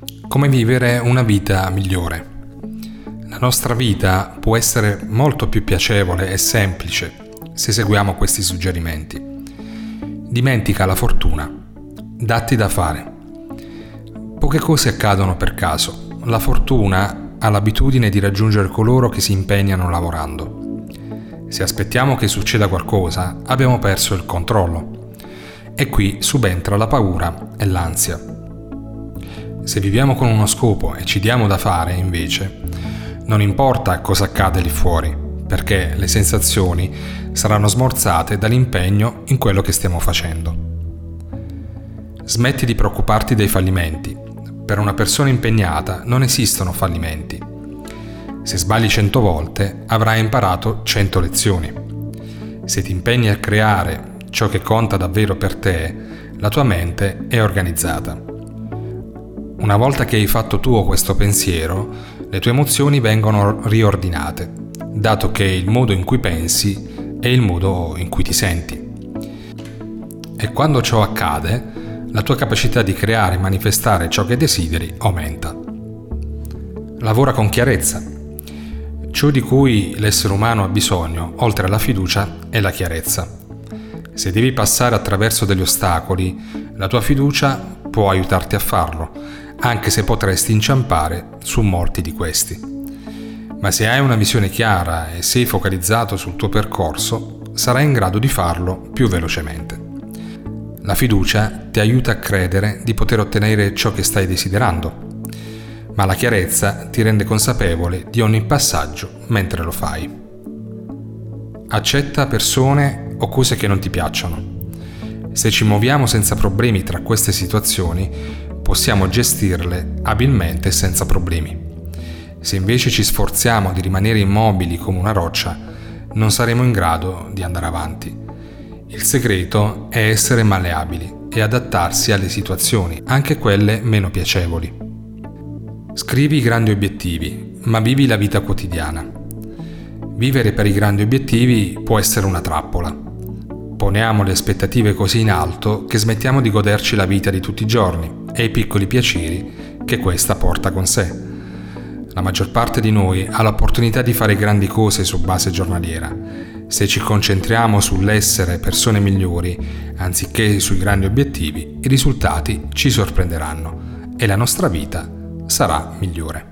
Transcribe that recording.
Come vivere una vita migliore. La nostra vita può essere molto più piacevole e semplice se seguiamo questi suggerimenti. Dimentica la fortuna. Datti da fare. Poche cose accadono per caso. La fortuna ha l'abitudine di raggiungere coloro che si impegnano lavorando. Se aspettiamo che succeda qualcosa, abbiamo perso il controllo. E qui subentra la paura e l'ansia. Se viviamo con uno scopo e ci diamo da fare, invece, non importa cosa accade lì fuori, perché le sensazioni saranno smorzate dall'impegno in quello che stiamo facendo. Smetti di preoccuparti dei fallimenti. Per una persona impegnata non esistono fallimenti. Se sbagli 100 volte, avrai imparato 100 lezioni. Se ti impegni a creare ciò che conta davvero per te, la tua mente è organizzata. Una volta che hai fatto tuo questo pensiero, le tue emozioni vengono riordinate, dato che il modo in cui pensi è il modo in cui ti senti. E quando ciò accade, la tua capacità di creare e manifestare ciò che desideri aumenta. Lavora con chiarezza. Ciò di cui l'essere umano ha bisogno, oltre alla fiducia, è la chiarezza. Se devi passare attraverso degli ostacoli, la tua fiducia può aiutarti a farlo, anche se potresti inciampare su molti di questi. Ma se hai una visione chiara e sei focalizzato sul tuo percorso, sarai in grado di farlo più velocemente. La fiducia ti aiuta a credere di poter ottenere ciò che stai desiderando, ma la chiarezza ti rende consapevole di ogni passaggio mentre lo fai. Accetta persone o cose che non ti piacciono. Se ci muoviamo senza problemi tra queste situazioni, possiamo gestirle abilmente e senza problemi. Se invece ci sforziamo di rimanere immobili come una roccia, non saremo in grado di andare avanti. Il segreto è essere malleabili e adattarsi alle situazioni, anche quelle meno piacevoli. Scrivi i grandi obiettivi, ma vivi la vita quotidiana. Vivere per i grandi obiettivi può essere una trappola. Poniamo le aspettative così in alto che smettiamo di goderci la vita di tutti i giorni e i piccoli piaceri che questa porta con sé. La maggior parte di noi ha l'opportunità di fare grandi cose su base giornaliera. Se ci concentriamo sull'essere persone migliori, anziché sui grandi obiettivi, i risultati ci sorprenderanno e la nostra vita sarà migliore.